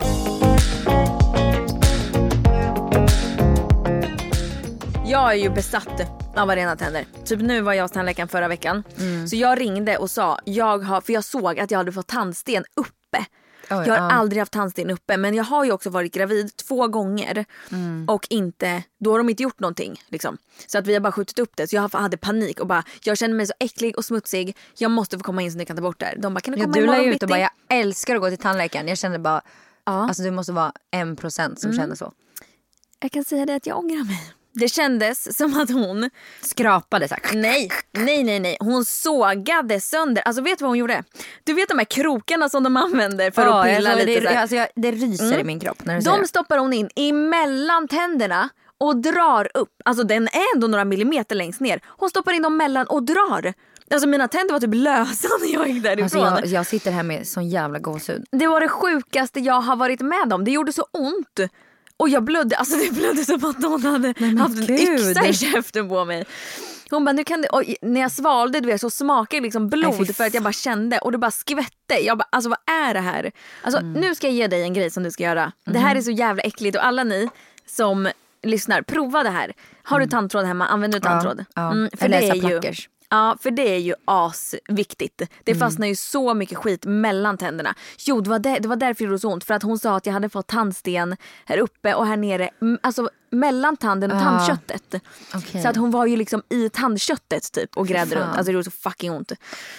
C: Jag är ju besatt av rena tänder. Typ nu var jag hos tandläkaren förra veckan. Så jag ringde och sa, för jag såg att jag hade fått tandsten uppe. Jag har aldrig haft tandsten uppe, men jag har ju också varit gravid 2 gånger och då har de inte gjort någonting liksom. Så att vi har bara skjutit upp det. Så jag hade panik och bara, jag känner mig så äcklig och smutsig. Jag måste få komma in så ni kan ta bort det här. De bara, kan du komma
B: du
C: in
B: la
C: imorgon
B: ut och bara, jag älskar att gå till tandläkaren. Jag kände bara, alltså du måste vara 1% som känner så.
C: Jag kan säga det att jag ångrar mig. Det kändes som att hon
B: skrapade så här.
C: Nej. Hon sågade sönder. Alltså vet du vad hon gjorde? Du vet de här krokarna som de använder för att pilla lite.
B: Det ryser i min kropp när du
C: de stoppar hon in emellan tänderna och drar upp. Alltså den är ändå några millimeter längst ner. Hon stoppar in dem mellan och drar. Alltså mina tänder var typ lösa när jag gick därifrån.
B: Alltså jag sitter här med sån jävla gåshud.
C: Det var det sjukaste jag har varit med om. Det gjorde så ont. Och jag blödde, alltså det blödde som att någon hade haft en yxa i käften på mig. Hon bara, nu kan det, och när jag svalde du vet, så smakade liksom blod för att jag bara kände. Och det bara skvätte. Jag bara, alltså vad är det här? Alltså nu ska jag ge dig en grej som du ska göra. Det här är så jävla äckligt. Och alla ni som lyssnar, prova det här. Har du tandtråd hemma, använd du tandtråd.
B: För det är ju
C: Ja, för det är ju asviktigt. Det fastnar ju så mycket skit mellan tänderna. Jo, det var därför det gjorde så ont. För att hon sa att jag hade fått tandsten här uppe och här nere. Alltså mellan tanden och tandköttet.
B: Okay.
C: Så att hon var ju liksom i tandköttet typ och grädde runt. Alltså det gjorde så fucking ont.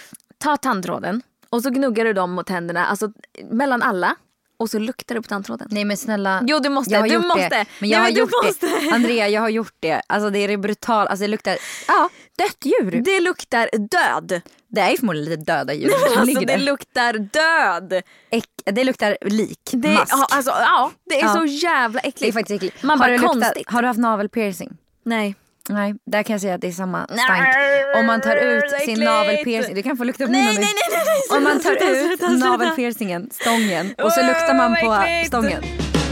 C: Ta tandtråden och så gnuggar du dem mot tänderna. Alltså mellan alla. Och så luktar det på tandtråden.
B: Nej men snälla.
C: Jo du måste.
B: Men jag har gjort det. Andrea, jag har gjort det. Alltså det är brutalt. Alltså det luktar dött djur.
C: Det luktar död.
B: Det är ju förmodligen lite döda djur som
C: alltså
B: ligger
C: det
B: där.
C: luktar död.
B: Det luktar lik. Mask.
C: Det är så jävla äckligt.
B: Det är faktiskt äckligt.
C: Man bara konstigt.
B: Har du haft navelpiercing?
C: Nej,
B: där kan jag säga att det är samma stank. Om man tar ut sin navelpiercing, du kan få lukta på min.
C: Nej.
B: Om man tar ut navelpiercingen, stången, och så luktar man på stången.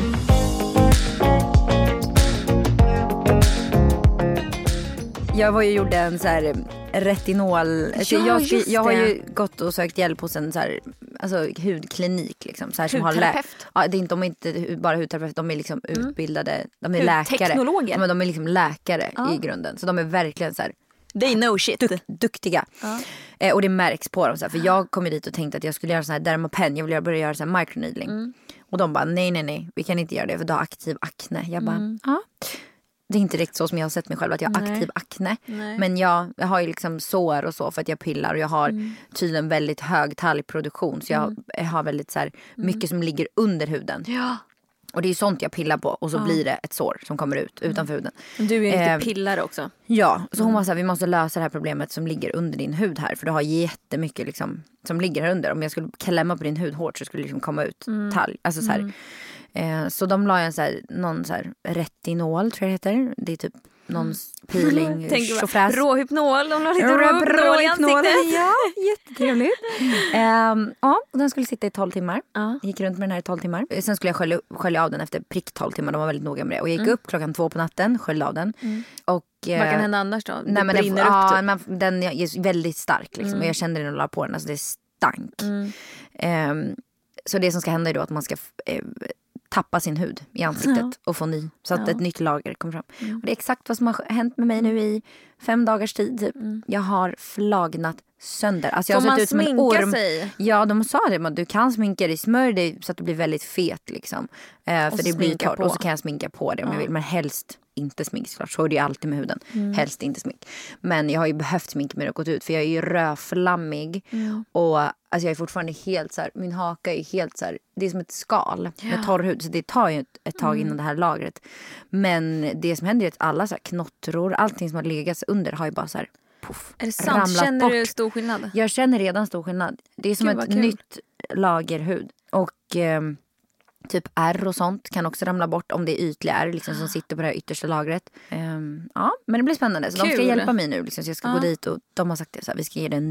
B: Jag var ju gjorde en så här retinol. Jag har ju gått och sökt hjälp hos en så här, alltså hudklinik liksom, så här, som har de är inte bara hudterapeut, de är liksom utbildade, de är läkare. Men de är liksom läkare i grunden. Så de är verkligen så här,
C: they know shit.
B: Duktiga. Och det märks på dem så här, för jag kom dit och tänkte att jag skulle göra så här Dermapen, jag vill börja göra så här microneedling. Och de bara nej, vi kan inte göra det för du har aktiv akne. Jag bara det är inte riktigt så som jag har sett mig själv att jag har aktiv akne. Men jag har ju liksom sår och så för att jag pillar. Och jag har tydligen väldigt hög talgproduktion. Så jag har väldigt så här, mycket som ligger under huden.
C: Ja.
B: Och det är ju sånt jag pillar på. Och så blir det ett sår som kommer ut utanför huden.
C: Du är ju inte pillare också.
B: Ja, så hon var så här, vi måste lösa det här problemet som ligger under din hud här. För du har jättemycket liksom, som ligger här under. Om jag skulle klämma på din hud hårt så skulle det liksom komma ut talg. Alltså så här. Så de la en så här, någon så här retinol tror jag det heter. Det är typ någon peeling, tjofräs.
C: Råhypnol, de la lite råhypnol i ansiktet.
B: Ja, jättetrevligt. Och den skulle sitta i 12 timmar. Gick runt med den här i 12 timmar. Sen skulle jag skölja av den efter prick 12 timmar. De var väldigt noga med det. Och jag gick upp 2:00 på natten, sköljde av den. Och,
C: vad kan hända annars då?
B: Nej, men den är väldigt stark liksom. Och jag kände den och la på den. Alltså det stank. Så det som ska hända är då att man ska tappa sin hud i ansiktet och få ny. Så att ett nytt lager kommer fram. Och det är exakt vad som har hänt med mig nu i 5 dagars tid. Typ. Jag har flagnat sönder. Alltså jag har sett ut som en orm. Sig? Ja, de sa det. Men du kan sminka dig, smör dig så att du blir väldigt fet. Liksom. För det blir torrt. Och så kan jag sminka på det om jag vill. Men helst inte smink såklart. Så är det ju alltid med huden. Helst inte smink. Men jag har ju behövt sminka mig och gått ut. För jag är ju rödflammig. Och alltså jag är fortfarande helt så här, min haka är helt så här, det är som ett skal med torr hud. Så det tar ju ett tag innan det här lagret. Men det som händer är att alla så här knottror, allting som har legat under har ju bara så här puff,
C: är det sant? Känner bort. Du stor skillnad?
B: Jag känner redan stor skillnad. Det är som ett nytt lager hud. Och typ ärr och sånt kan också ramla bort om det är ytliga ärr liksom, som sitter på det här yttersta lagret. Ja, men det blir spännande. Så de ska hjälpa mig nu liksom, så jag ska gå dit och de har sagt det så här, vi ska ge det en ny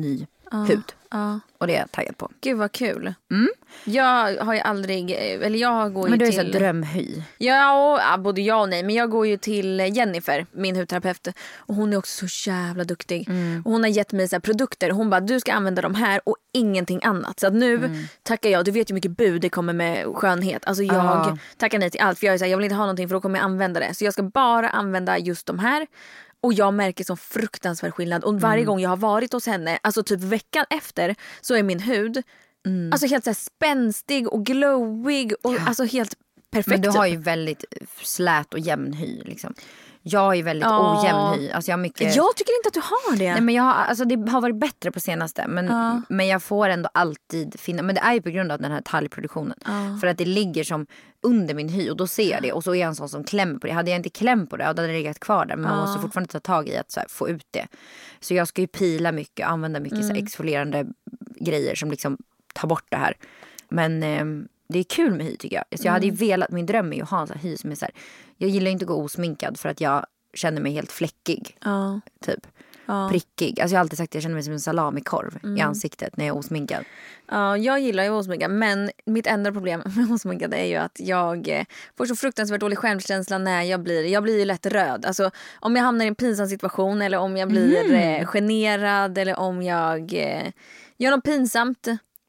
B: hud. Och det är jag taggad på.
C: Gud vad kul. Jag har ju aldrig, eller jag går ju
B: men du är
C: till...
B: så drömhy.
C: Ja, både ja och nej. Men jag går ju till Jennifer, min hudterapeut. Och hon är också så jävla duktig. Och hon har gett mig så här produkter. Hon bara, du ska använda de här och ingenting annat. Så att nu tackar jag, du vet ju mycket bud det kommer med skönhet. Alltså jag tackar nej till allt. För jag är så här, jag vill inte ha någonting för då kommer jag använda det. Så jag ska bara använda just de här. Och jag märker sån fruktansvärd skillnad. Och varje gång jag har varit hos henne, alltså typ veckan efter, så är min hud alltså helt så här spänstig och glowig. Och alltså helt perfekt.
B: Men du har ju väldigt slät och jämn hy liksom. Jag är ju väldigt ojämn hy. Alltså jag
C: tycker inte att du har det.
B: Nej, men alltså det har varit bättre på senaste. Men jag får ändå alltid finna. Men det är ju på grund av den här talgproduktionen. För att det ligger som under min hy. Och då ser jag det. Och så är jag en sån som klämmer på det. Hade jag inte klämt på det, då hade det legat kvar där. Men man måste fortfarande ta tag i att så här, få ut det. Så jag ska ju pila mycket. Använda mycket så här, exfolierande grejer som liksom tar bort det här. Men det är kul med hy tycker jag. Så jag hade ju velat, min dröm är ju att ha en sån här hy som är så här. Jag gillar inte att gå osminkad för att jag känner mig helt fläckig. Typ. Prickig. Alltså jag har alltid sagt att jag känner mig som en salamikorv i ansiktet när jag är osminkad.
C: Ja, jag gillar ju osminkad. Men mitt enda problem med osminkad är ju att jag får så fruktansvärt dålig självkänsla när jag blir ju lätt röd. Alltså om jag hamnar i en pinsam situation eller om jag blir generad eller om jag gör något pinsamt.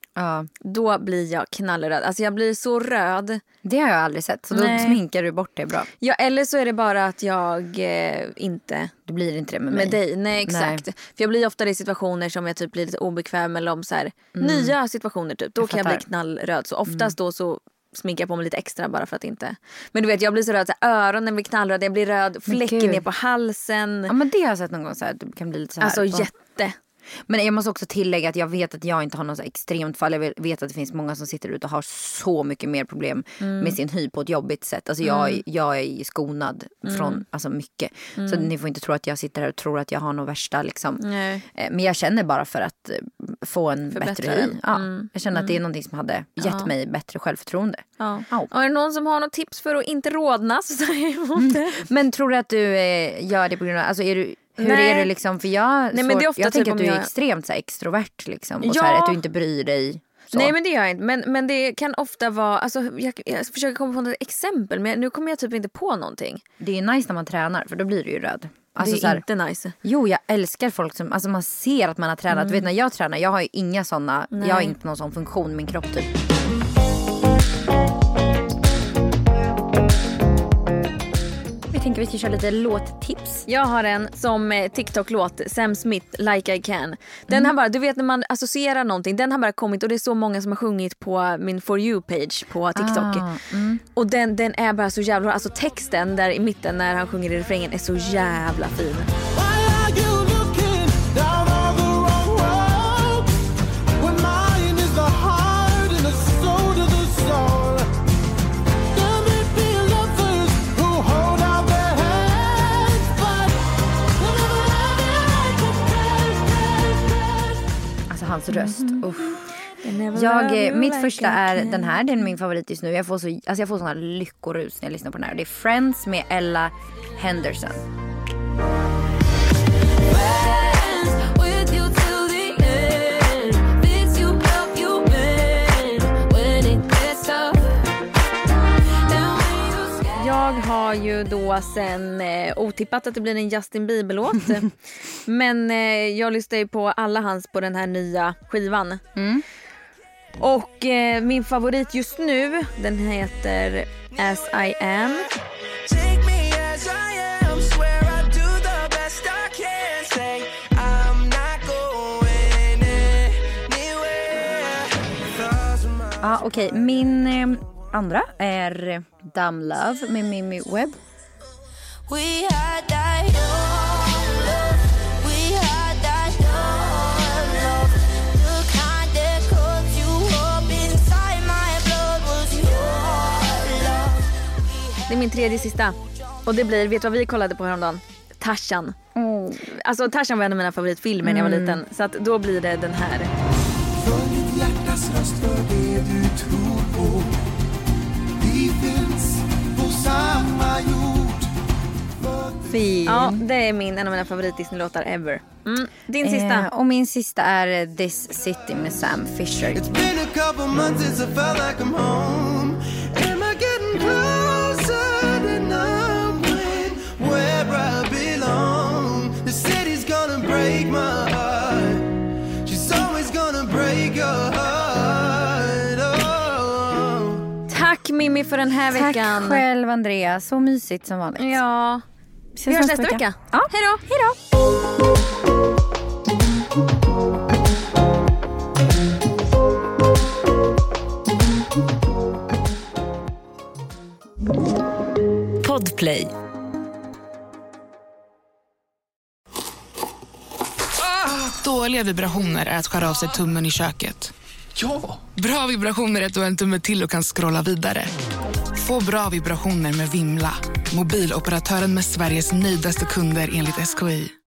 C: Då blir jag knallröd. Alltså jag blir så röd.
B: Det har jag aldrig sett. Så då sminkar du bort det bra.
C: Ja, eller så är det bara att jag inte...
B: Du blir inte det med mig.
C: Med dig, nej exakt. Nej. För jag blir ofta i situationer som jag typ blir lite obekväm eller om så här, nya situationer typ. Då kan jag bli knallröd. Så oftast då så sminkar jag på mig lite extra bara för att inte... Men du vet, jag blir så röd, så här, öronen blir knallröd, jag blir röd, fläcken ner på halsen.
B: Ja, men det har jag sett någon gång så här, det kan bli lite så här.
C: Alltså jätte...
B: Men jag måste också tillägga att jag vet att jag inte har något så extremt fall. Jag vet att det finns många som sitter ute och har så mycket mer problem med sin hy på ett jobbigt sätt. Alltså jag är skonad från alltså mycket. Så ni får inte tro att jag sitter här och tror att jag har något värsta liksom. Men jag känner bara för att få en bättre hy. Ja, jag känner att det är någonting som hade gett mig bättre självförtroende.
C: Och är det någon som har något tips för att inte rodnas så är jag emot det.
B: Men tror du att du gör det på grund av... Alltså är du... Hur är det liksom, för jag tänker typ att du är extremt så här, extrovert liksom, och så här, att du inte bryr dig så.
C: Nej men det gör jag inte, men det kan ofta vara, alltså, jag försöker komma på något exempel, men nu kommer jag typ inte på någonting.
B: Det är nice när man tränar, för då blir du ju röd. Alltså,
C: det är så här, inte nice.
B: Jo, jag älskar folk som, alltså man ser att man har tränat. Du vet när jag tränar, jag har ju inga sådana, jag har inte någon sån funktion i min kropp typ. Jag tänker vi ska köra lite låttips.
C: Jag har en som TikTok-låt, Sam Smith, Like I Can. Den har bara, du vet när man associerar någonting, den har bara kommit och det är så många som har sjungit på min For You-page på TikTok. Och den är bara så jävla, alltså texten där i mitten när han sjunger i refrängen är så jävla fin.
B: Hans röst. Mitt första är den här. Den är min favorit just nu. Jag får såna lyckorus när jag lyssnar på den här. Det är Friends med Ella Henderson.
C: Jag har ju då sen otippat att det blir en Justin Bieber-låt. Men jag lyssnar ju på alla hans på den här nya skivan. Och min favorit just nu, den heter As I Am.
B: Okej, min andra är Dumb Love med Mimi Webb.
C: Det är min tredje sista. Och det blir, vet du vad vi kollade på häromdagen? Tarzan. Alltså Tarzan var en av mina favoritfilmer när jag var liten. Så att då blir det den här.
I: För ditt hjärtas röst, för det du tror på. Vi finns på samma jord.
B: Fin.
C: Ja, det är en av mina favorit Disney-låtar ever. Din sista.
B: Och min sista är This City med Sam Fisher.
I: It's been a couple months since I felt like I'm home. Am I getting closer to knowing where I belong? The city's gonna break my heart. She's always gonna break your heart. Oh.
C: Tack Mimmi för den här veckan.
B: Tack själv Andrea, så mysigt som vanligt.
C: Ja. Vi hörs nästa vecka.
B: Ja.
C: Hej då.
B: Hej då.
J: Podplay.
D: Dåliga vibrationer är att skära av sig tummen i köket.
E: Ja!
D: Bra vibrationer är att du har en tumme till och kan scrolla vidare. Få bra vibrationer med Vimla. Mobiloperatören med Sveriges nöjdaste kunder enligt SKI.